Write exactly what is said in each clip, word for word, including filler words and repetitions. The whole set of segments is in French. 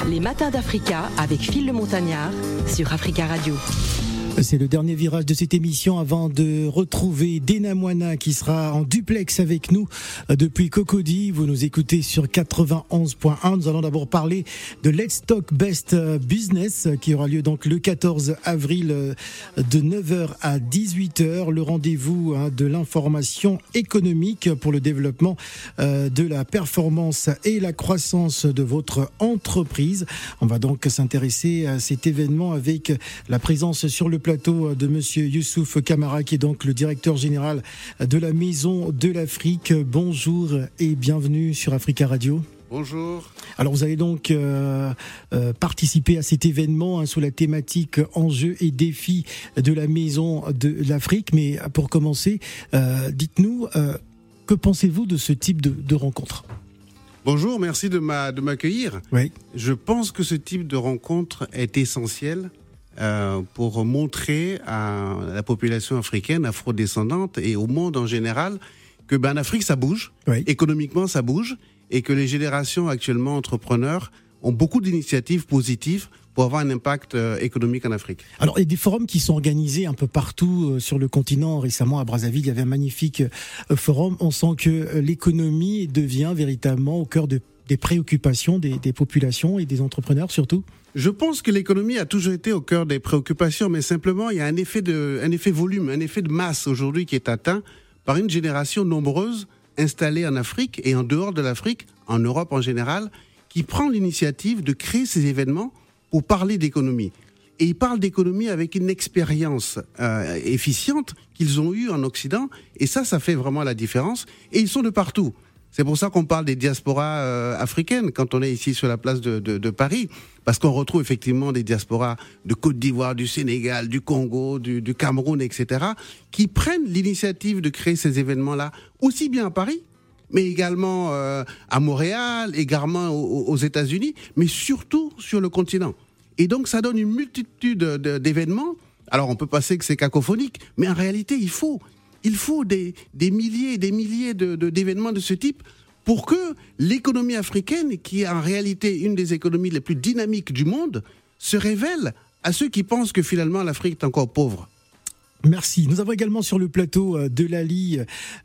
Les matins d'Africa avec Phil le Montagnard sur Africa Radio. C'est le dernier virage de cette émission avant de retrouver Dena Moana qui sera en duplex avec nous depuis Cocody. Vous nous écoutez sur quatre-vingt-onze point un. Nous allons d'abord parler de Let's Talk Best Business qui aura lieu donc le quatorze avril de neuf heures à dix-huit heures. Le rendez-vous de l'information économique pour le développement de la performance et la croissance de votre entreprise. On va donc s'intéresser à cet événement avec la présence sur le plateau de monsieur Youssouf Kamara qui est donc le directeur général de la Maison de l'Afrique. Bonjour et bienvenue sur Africa Radio. Bonjour. Alors vous allez donc euh, euh, participer à cet événement hein, sous la thématique enjeux et défis de la Maison de l'Afrique. Mais pour commencer, euh, dites-nous, euh, que pensez-vous de ce type de, de rencontre ? Bonjour, merci de, ma, de m'accueillir. Oui. Je pense que ce type de rencontre est essentiel Euh, pour montrer à la population africaine, afrodescendante et au monde en général que ben, en Afrique ça bouge, oui. Économiquement ça bouge et que les générations actuellement entrepreneurs ont beaucoup d'initiatives positives pour avoir un impact euh, économique en Afrique. Alors, il y a des forums qui sont organisés un peu partout euh, sur le continent. Récemment, à Brazzaville, il y avait un magnifique euh, forum. On sent que euh, l'économie devient véritablement au cœur de, des préoccupations des, des populations et des entrepreneurs surtout. Je pense que l'économie a toujours été au cœur des préoccupations, mais simplement, il y a un effet de, un effet volume, un effet de masse aujourd'hui qui est atteint par une génération nombreuse installée en Afrique et en dehors de l'Afrique, en Europe en général, qui prend l'initiative de créer ces événements pour parler d'économie. Et ils parlent d'économie avec une expérience euh, efficiente qu'ils ont eue en Occident, et ça, ça fait vraiment la différence. Et ils sont de partout. C'est pour ça qu'on parle des diasporas euh, africaines quand on est ici sur la place de, de, de Paris, parce qu'on retrouve effectivement des diasporas de Côte d'Ivoire, du Sénégal, du Congo, du, du Cameroun, et cetera, qui prennent l'initiative de créer ces événements-là, aussi bien à Paris, mais également euh, à Montréal, également aux, aux États-Unis, mais surtout sur le continent. Et donc ça donne une multitude de, d'événements. Alors on peut penser que c'est cacophonique, mais en réalité il faut... Il faut des, des milliers et des milliers de, de, d'événements de ce type pour que l'économie africaine, qui est en réalité une des économies les plus dynamiques du monde, se révèle à ceux qui pensent que finalement l'Afrique est encore pauvre. Merci. Nous avons également sur le plateau de Lali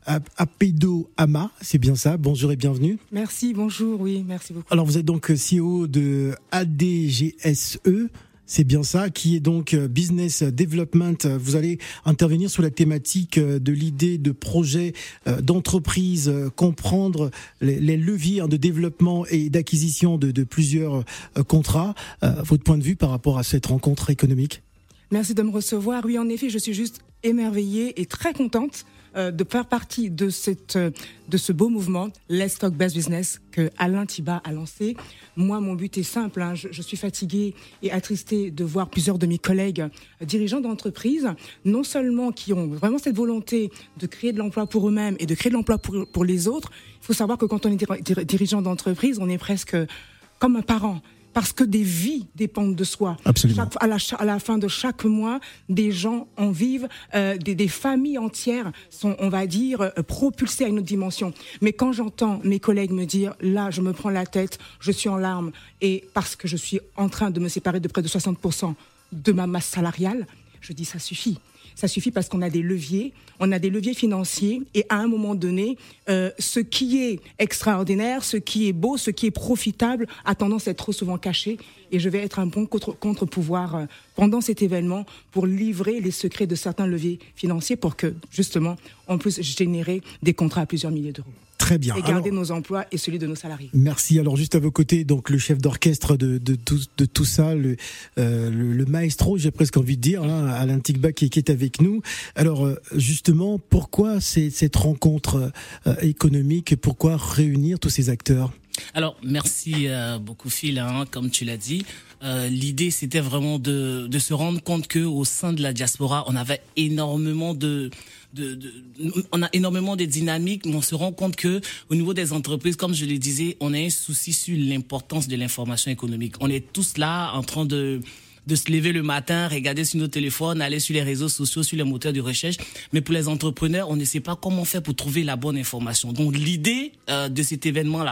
Apedo Ama, c'est bien ça. Bonjour et bienvenue. Merci, bonjour, oui, merci beaucoup. Alors vous êtes donc C E O de A D G S E. C'est bien ça, qui est donc Business Development. Vous allez intervenir sur la thématique de l'idée de projet d'entreprise, comprendre les, les leviers de développement et d'acquisition de, de plusieurs contrats. Votre point de vue par rapport à cette rencontre économique ? Merci de me recevoir. Oui, en effet, je suis juste émerveillée et très contente euh, de faire partie de cette, euh, de ce beau mouvement Let's Talk Best Business que Alain Thiba a lancé. Moi, mon but est simple. Hein, je, je suis fatiguée et attristée de voir plusieurs de mes collègues euh, dirigeants d'entreprises, non seulement qui ont vraiment cette volonté de créer de l'emploi pour eux-mêmes et de créer de l'emploi pour, pour les autres. Il faut savoir que quand on est dir- dirigeant d'entreprise, on est presque comme un parent. Parce que des vies dépendent de soi. Absolument. Chaque, à, la, à la fin de chaque mois, des gens en vivent, euh, des, des familles entières sont, on va dire, euh, propulsées à une autre dimension. Mais quand j'entends mes collègues me dire, là, je me prends la tête, je suis en larmes, et parce que je suis en train de me séparer de près de soixante pour cent de ma masse salariale, je dis, ça suffit. Ça suffit parce qu'on a des leviers, on a des leviers financiers et à un moment donné, euh, ce qui est extraordinaire, ce qui est beau, ce qui est profitable a tendance à être trop souvent caché. Et je vais être un bon contre- contre-pouvoir euh, pendant cet événement pour livrer les secrets de certains leviers financiers pour que justement on puisse générer des contrats à plusieurs milliers d'euros. Très bien. Et garder Alors, nos emplois et celui de nos salariés. Merci. Alors juste à vos côtés, donc le chef d'orchestre de, de, tout, de tout ça, le, euh, le, le maestro, j'ai presque envie de dire, hein, Alain Tigba qui, qui est avec nous. Alors euh, justement, pourquoi c'est, cette rencontre euh, économique ? Pourquoi réunir tous ces acteurs ? Alors, merci euh, beaucoup Phil, hein, comme tu l'as dit. Euh, l'idée, c'était vraiment de, de se rendre compte que au sein de la diaspora, on avait énormément de, de, de, on a énormément de dynamiques, mais on se rend compte que au niveau des entreprises, comme je le disais, on a un souci sur l'importance de l'information économique. On est tous là en train de de se lever le matin, regarder sur nos téléphones, aller sur les réseaux sociaux, sur les moteurs de recherche. Mais pour les entrepreneurs, on ne sait pas comment faire pour trouver la bonne information. Donc l'idée euh, de cet événement-là,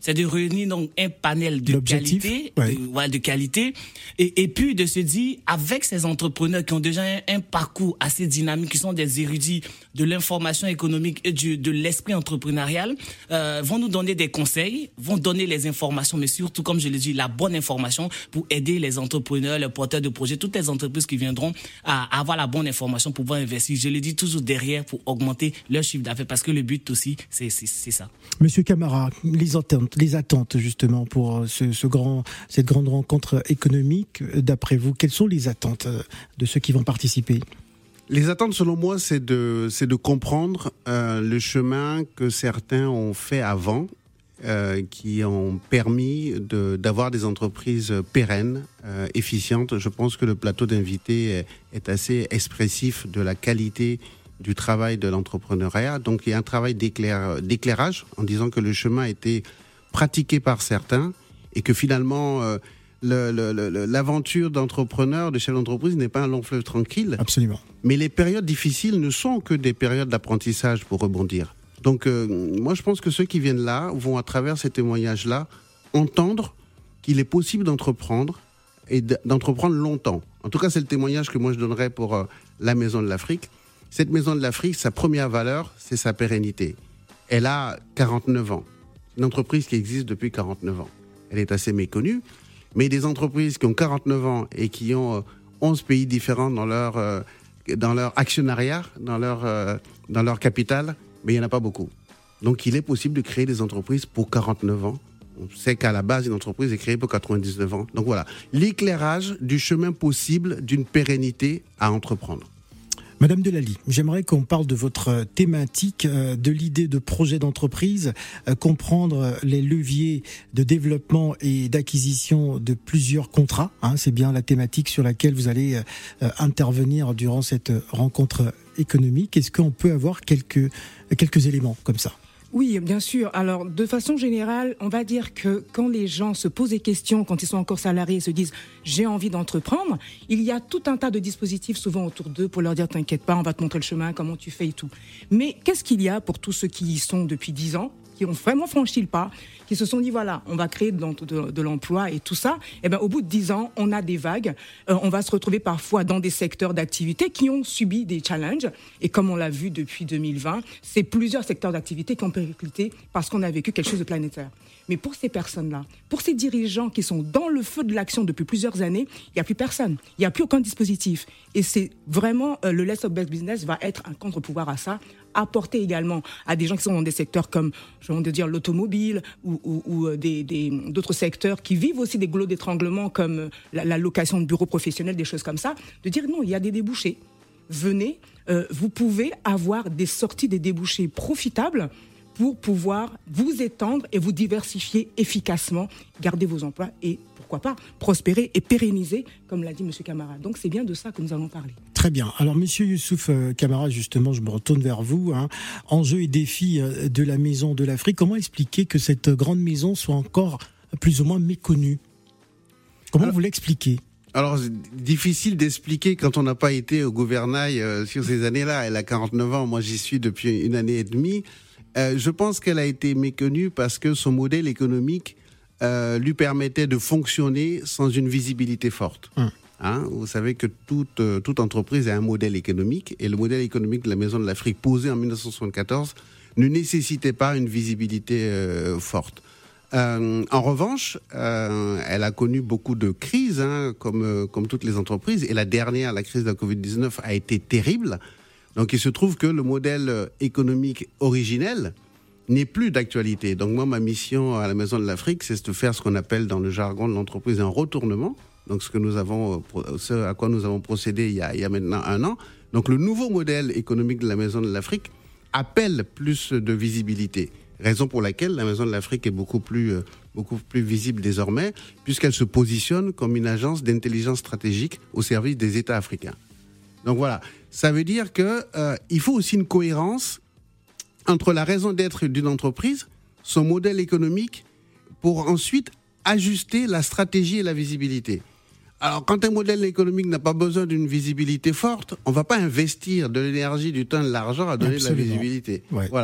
c'est de réunir donc un panel de qualité, ouais. de, ouais, de qualité, et, et puis de se dire, avec ces entrepreneurs qui ont déjà un, un parcours assez dynamique, qui sont des érudits de l'information économique et du, de l'esprit entrepreneurial, euh, vont nous donner des conseils, vont donner les informations, mais surtout, comme je l'ai dit, la bonne information pour aider les entrepreneurs, les porteurs de projets, toutes les entreprises qui viendront à avoir la bonne information pour pouvoir investir. Je le dis toujours derrière pour augmenter leur chiffre d'affaires, parce que le but aussi, c'est, c'est, c'est ça. Monsieur Camara, les attentes, les attentes justement pour ce, ce grand, cette grande rencontre économique, d'après vous, quelles sont les attentes de ceux qui vont participer ? Les attentes, selon moi, c'est de, c'est de comprendre euh, le chemin que certains ont fait avant, euh, qui ont permis de, d'avoir des entreprises pérennes, euh, efficientes. Je pense que le plateau d'invités est, est assez expressif de la qualité du travail de l'entrepreneuriat. Donc, il y a un travail d'éclair, d'éclairage en disant que le chemin a été pratiqué par certains et que finalement, euh, le, le, le, l'aventure d'entrepreneur, de chef d'entreprise n'est pas un long fleuve tranquille. Absolument. Mais les périodes difficiles ne sont que des périodes d'apprentissage pour rebondir. Donc, euh, moi, je pense que ceux qui viennent là vont, à travers ces témoignages-là, entendre qu'il est possible d'entreprendre et d'entreprendre longtemps. En tout cas, c'est le témoignage que moi, je donnerais pour euh, la Maison de l'Afrique. Cette Maison de l'Afrique, sa première valeur, c'est sa pérennité. Elle a quarante-neuf ans. Une entreprise qui existe depuis quarante-neuf ans. Elle est assez méconnue, mais des entreprises qui ont quarante-neuf ans et qui ont euh, onze pays différents dans leur, euh, dans leur actionnariat, dans leur, euh, dans leur capital, mais il n'y en a pas beaucoup. Donc, il est possible de créer des entreprises pour quarante-neuf ans. On sait qu'à la base, une entreprise est créée pour quatre-vingt-dix-neuf ans. Donc voilà, l'éclairage du chemin possible d'une pérennité à entreprendre. Madame Delali, j'aimerais qu'on parle de votre thématique, de l'idée de projet d'entreprise, comprendre les leviers de développement et d'acquisition de plusieurs contrats. Hein, c'est bien la thématique sur laquelle vous allez intervenir durant cette rencontre économique. Est-ce qu'on peut avoir quelques, quelques éléments comme ça ? Oui, bien sûr. Alors, de façon générale, on va dire que quand les gens se posent des questions, quand ils sont encore salariés et se disent « j'ai envie d'entreprendre », il y a tout un tas de dispositifs souvent autour d'eux pour leur dire « t'inquiète pas, on va te montrer le chemin, comment tu fais et tout ». Mais qu'est-ce qu'il y a pour tous ceux qui y sont depuis dix ans, qui ont vraiment franchi le pas, qui se sont dit voilà, on va créer de, de, de l'emploi et tout ça, et ben au bout de dix ans, on a des vagues, euh, on va se retrouver parfois dans des secteurs d'activité qui ont subi des challenges, et comme on l'a vu depuis deux mille vingt, c'est plusieurs secteurs d'activité qui ont périclité parce qu'on a vécu quelque chose de planétaire. Mais pour ces personnes-là, pour ces dirigeants qui sont dans le feu de l'action depuis plusieurs années, il n'y a plus personne, il n'y a plus aucun dispositif. Et c'est vraiment, euh, le Let's Up Best Business va être un contre-pouvoir à ça, apporter également à des gens qui sont dans des secteurs comme, je vais dire, l'automobile ou, ou, ou des, des, d'autres secteurs qui vivent aussi des goulots d'étranglement comme la, la location de bureaux professionnels, des choses comme ça, de dire non, il y a des débouchés. Venez, euh, vous pouvez avoir des sorties, des débouchés profitables pour pouvoir vous étendre et vous diversifier efficacement, garder vos emplois et, pourquoi pas, prospérer et pérenniser, comme l'a dit M. Camara. Donc, c'est bien de ça que nous allons parler. Très bien. Alors, M. Youssouf Camara, justement, je me retourne vers vous. Hein. Enjeux et défis de la Maison de l'Afrique. Comment expliquer que cette grande maison soit encore plus ou moins méconnue ? Comment Alors, vous l'expliquez ? Alors, c'est difficile d'expliquer quand on n'a pas été au gouvernail euh, sur ces années-là. Elle a quarante-neuf ans, moi j'y suis depuis une année et demie. Euh, je pense qu'elle a été méconnue parce que son modèle économique euh, lui permettait de fonctionner sans une visibilité forte. Hum. Hein, vous savez que toute, euh, toute entreprise a un modèle économique, et le modèle économique de la Maison de l'Afrique posé en dix-neuf cent soixante-quatorze ne nécessitait pas une visibilité euh, forte. Euh, en revanche, euh, elle a connu beaucoup de crises, hein, comme, euh, comme toutes les entreprises, et la dernière, la crise de la covid dix-neuf, a été terrible. Donc il se trouve que le modèle économique originel n'est plus d'actualité. Donc moi, ma mission à la Maison de l'Afrique, c'est de faire ce qu'on appelle dans le jargon de l'entreprise un retournement. Donc ce que nous avons, ce à quoi nous avons procédé il y a, il y a maintenant un an. Donc le nouveau modèle économique de la Maison de l'Afrique appelle plus de visibilité. Raison pour laquelle la Maison de l'Afrique est beaucoup plus, euh, beaucoup plus visible désormais, puisqu'elle se positionne comme une agence d'intelligence stratégique au service des États africains. Donc voilà, ça veut dire que euh, il faut aussi une cohérence entre la raison d'être d'une entreprise, son modèle économique, pour ensuite ajuster la stratégie et la visibilité. Alors, quand un modèle économique n'a pas besoin d'une visibilité forte, on ne va pas investir de l'énergie, du temps, de l'argent à donner Absolument. De la visibilité. Ouais. Voilà.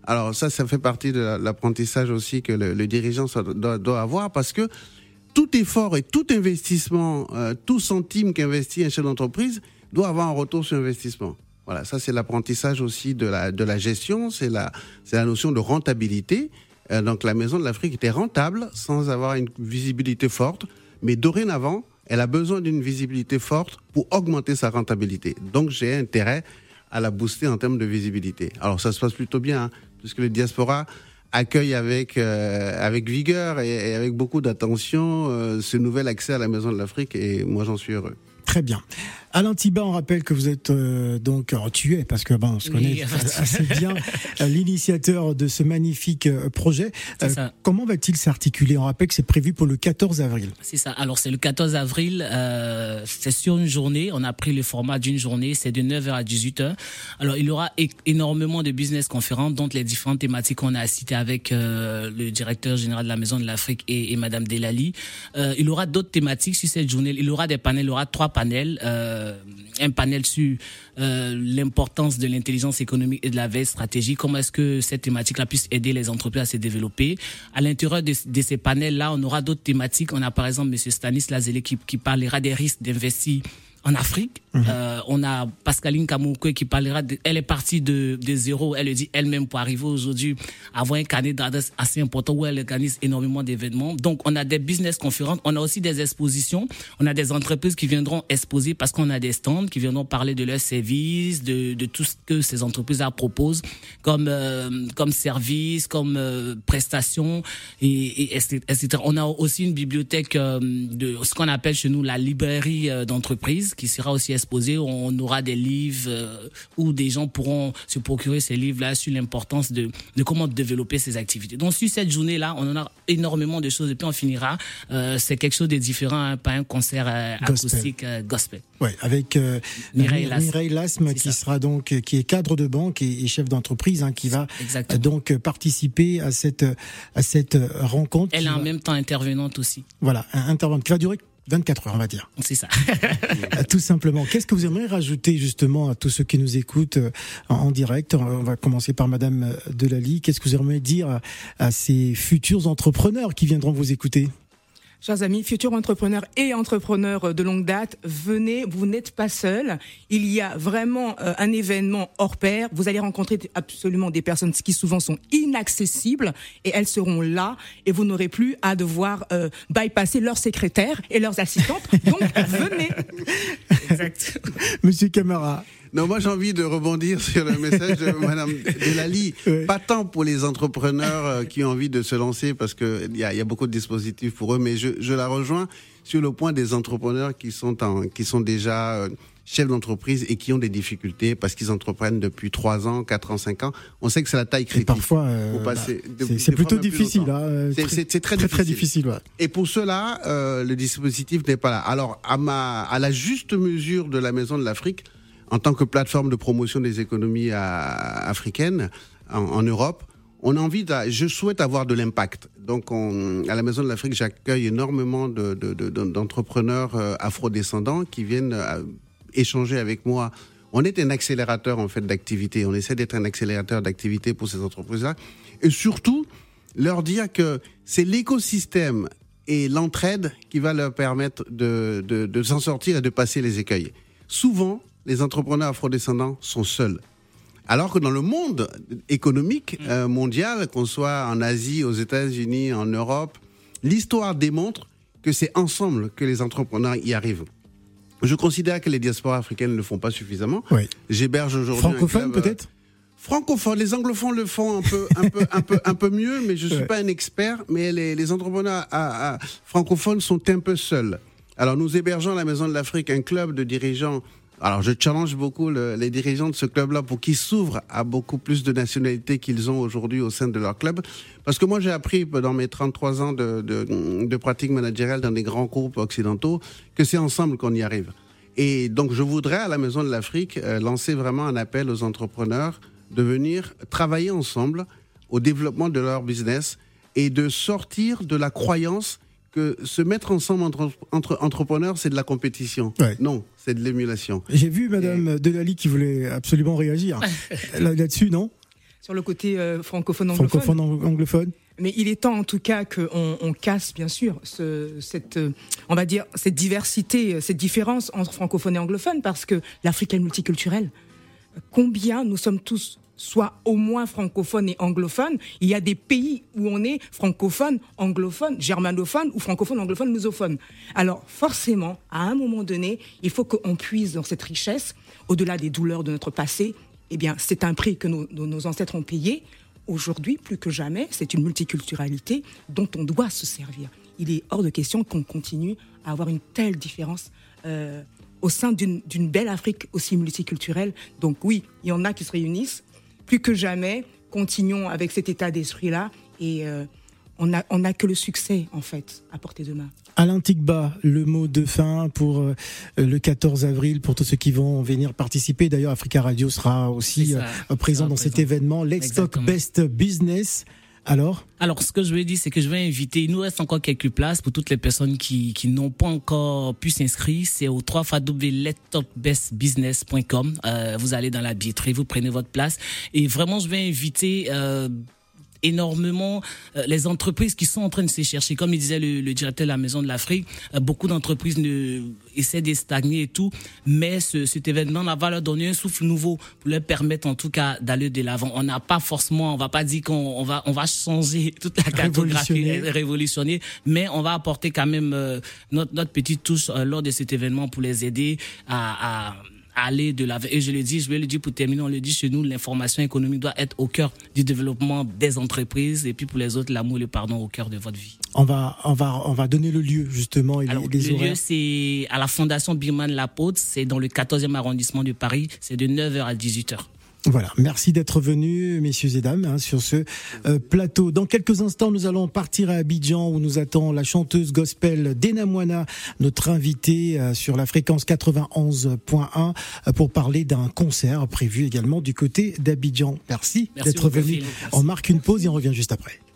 Alors ça, ça fait partie de l'apprentissage aussi que le, le dirigeant doit, doit avoir, parce que tout effort et tout investissement, euh, tout centime qu'investit un chef d'entreprise doit avoir un retour sur investissement. Voilà, ça c'est l'apprentissage aussi de la, de la gestion, c'est la, c'est la notion de rentabilité. Euh, donc la Maison de l'Afrique était rentable sans avoir une visibilité forte, mais dorénavant, elle a besoin d'une visibilité forte pour augmenter sa rentabilité. Donc j'ai intérêt à la booster en termes de visibilité. Alors ça se passe plutôt bien, hein, puisque le diaspora accueille avec, euh, avec vigueur et, et avec beaucoup d'attention euh, ce nouvel accès à la Maison de l'Afrique, et moi j'en suis heureux. Très bien. Alain Thibault, on rappelle que vous êtes euh, donc alors, tu es parce que bon, on se connaît oui, assez bien euh, l'initiateur de ce magnifique euh, projet. Euh, comment va-t-il s'articuler? On rappelle que c'est prévu pour le quatorze avril. C'est ça. Alors c'est le quatorze avril. Euh, c'est sur une journée. On a pris le format d'une journée. C'est de neuf heures à dix-huit heures. Alors il y aura é- énormément de business conférences, dont les différentes thématiques qu'on a citées avec euh, le directeur général de la Maison de l'Afrique et, et Madame Delali. Euh, il y aura d'autres thématiques sur cette journée. Il y aura des panels. Il y aura trois panels. Euh, un panel sur euh, l'importance de l'intelligence économique et de la veille stratégique, comment est-ce que cette thématique-là puisse aider les entreprises à se développer. À l'intérieur de, de ces panels-là, on aura d'autres thématiques. On a par exemple M. Stanis Lazele qui, qui parlera des risques d'investir en Afrique. Mmh. Euh, on a Pascaline Kamoukwe qui parlera de, elle est partie de, de zéro, elle le dit elle-même, pour arriver aujourd'hui à avoir un carnet d'adresses assez important où elle organise énormément d'événements. Donc on a des business conférences, on a aussi des expositions, on a des entreprises qui viendront exposer parce qu'on a des stands qui viendront parler de leurs services, de, de tout ce que ces entreprises-là proposent comme, euh, comme service, comme euh, prestations, et, et, et cetera. On a aussi une bibliothèque euh, de ce qu'on appelle chez nous la librairie euh, d'entreprise qui sera aussi exposée. On aura des livres euh, où des gens pourront se procurer ces livres-là sur l'importance de, de comment développer ces activités. Donc sur cette journée-là, on en a énormément de choses et puis on finira. Euh, c'est quelque chose de différent, hein, pas un concert euh, acoustique euh, gospel. Ouais, avec euh, Mireille Lasme, Mireille Lasme qui ça. sera donc qui est cadre de banque et, et chef d'entreprise, hein, qui va Exactement. donc participer à cette à cette rencontre. Elle est en va... même temps intervenante aussi. Voilà, intervenante qui va durer vingt-quatre heures, on va dire. C'est ça. Tout simplement. Qu'est-ce que vous aimeriez rajouter justement à tous ceux qui nous écoutent en, en direct? On va commencer par Madame Delali. Qu'est-ce que vous aimeriez dire à, à ces futurs entrepreneurs qui viendront vous écouter? Chers amis, futurs entrepreneurs et entrepreneurs de longue date, venez, vous n'êtes pas seuls. Il y a vraiment euh, un événement hors pair. Vous allez rencontrer absolument des personnes qui souvent sont inaccessibles et elles seront là et vous n'aurez plus à devoir euh, bypasser leurs secrétaires et leurs assistantes. Donc, venez. Exact. Monsieur Camara. Non, moi j'ai envie de rebondir sur le message de Madame Delali. Oui. Pas tant pour les entrepreneurs qui ont envie de se lancer, parce que il y a, y a beaucoup de dispositifs pour eux, mais je, je la rejoins sur le point des entrepreneurs qui sont en, qui sont déjà chefs d'entreprise et qui ont des difficultés parce qu'ils entreprennent depuis trois ans, quatre ans, cinq ans. On sait que c'est la taille critique. Et parfois, euh, bah, c'est, de, c'est plutôt difficile. Hein, c'est, c'est, c'est très, très, difficile. Très difficile ouais. Et pour cela, euh, le dispositif n'est pas là. Alors, à ma, à la juste mesure de la Maison de l'Afrique, en tant que plateforme de promotion des économies à, africaines en, en Europe, on a envie de, je souhaite avoir de l'impact. Donc, on, à la Maison de l'Afrique, j'accueille énormément de, de, de, d'entrepreneurs euh, afrodescendants qui viennent euh, échanger avec moi. On est un accélérateur en fait d'activité. On essaie d'être un accélérateur d'activité pour ces entreprises-là, et surtout leur dire que c'est l'écosystème et l'entraide qui va leur permettre de, de, de s'en sortir et de passer les écueils. Souvent, les entrepreneurs afrodescendants sont seuls. Alors que dans le monde économique euh, mondial, qu'on soit en Asie, aux États-Unis, en Europe, l'histoire démontre que c'est ensemble que les entrepreneurs y arrivent. Je considère que les diasporas africaines ne le font pas suffisamment. Oui. J'héberge aujourd'hui francophone un club, peut-être euh, francophone. Les anglophones le font un peu, un peu, un peu, un peu mieux, mais je suis ouais. pas un expert. Mais les, les entrepreneurs à, à, francophones sont un peu seuls. Alors nous hébergeons à la Maison de l'Afrique un club de dirigeants. Alors, je challenge beaucoup le, les dirigeants de ce club-là pour qu'ils s'ouvrent à beaucoup plus de nationalités qu'ils ont aujourd'hui au sein de leur club. Parce que moi, j'ai appris dans mes trente-trois ans de, de, de pratique managériale dans des grands groupes occidentaux que c'est ensemble qu'on y arrive. Et donc, je voudrais, à la Maison de l'Afrique, euh, lancer vraiment un appel aux entrepreneurs de venir travailler ensemble au développement de leur business et de sortir de la croyance que se mettre ensemble entre, entre entrepreneurs, c'est de la compétition. Ouais. Non, c'est de l'émulation. J'ai vu Madame Et... Delali qui voulait absolument réagir là, là-dessus, non ? sur le côté euh, francophone anglophone. Francophone anglophone. Mais il est temps en tout cas qu'on on casse bien sûr ce, cette, on va dire cette diversité, cette différence entre francophone et anglophone, parce que l'Afrique est multiculturelle. Combien nous sommes tous soit au moins francophone et anglophone. Il y a des pays où on est francophone, anglophone, germanophone ou francophone, anglophone, lusophone. Alors forcément, à un moment donné, il faut qu'on puise dans cette richesse, au-delà des douleurs de notre passé. Eh bien, c'est un prix que nos, nos ancêtres ont payé. Aujourd'hui, plus que jamais, c'est une multiculturalité dont on doit se servir. Il est hors de question qu'on continue à avoir une telle différence euh, au sein d'une, d'une belle Afrique aussi multiculturelle. Donc oui, il y en a qui se réunissent. Plus que jamais, continuons avec cet état d'esprit-là et euh, on n'a on a que le succès, en fait, à portée de main. Alain Tigba, le mot de fin pour euh, le quatorze avril, pour tous ceux qui vont venir participer. D'ailleurs, Africa Radio sera aussi ça, euh, présent dans présent. cet événement. Let's Talk Best Business. Alors Alors, ce que je veux dire, c'est que je vais inviter, il nous reste encore quelques places pour toutes les personnes qui, qui n'ont pas encore pu s'inscrire. C'est au w w w point let's talk best business point com. Euh, vous allez dans la billetterie, vous prenez votre place. Et vraiment, je vais inviter euh, énormément euh, les entreprises qui sont en train de se chercher. Comme il disait le, le directeur de la Maison de l'Afrique, euh, beaucoup d'entreprises ne, essaient de stagner et tout, mais ce, cet événement-là va leur donner un souffle nouveau pour leur permettre en tout cas d'aller de l'avant. On n'a pas forcément, on va pas dire qu'on on va, on va changer toute la cartographie, révolutionner, révolutionner mais on va apporter quand même euh, notre, notre petite touche euh, lors de cet événement pour les aider à, à aller de l'avant. Et je le dis, je vais le dire pour terminer, on le dit chez nous, l'information économique doit être au cœur du développement des entreprises et puis pour les autres, l'amour et le pardon au cœur de votre vie. On va, on va, on va donner le lieu justement et Alors, les, les le horaires. lieu, c'est à la Fondation Birman Lapôtre, c'est dans le quatorzième arrondissement de Paris, c'est de neuf heures à dix-huit heures. Voilà, merci d'être venus, messieurs et dames, hein, sur ce euh, plateau. Dans quelques instants, nous allons partir à Abidjan où nous attend la chanteuse gospel Dena Moana, notre invitée euh, sur la fréquence quatre-vingt-onze point un euh, pour parler d'un concert prévu également du côté d'Abidjan. Merci, merci d'être venus. On marque une pause et on revient juste après.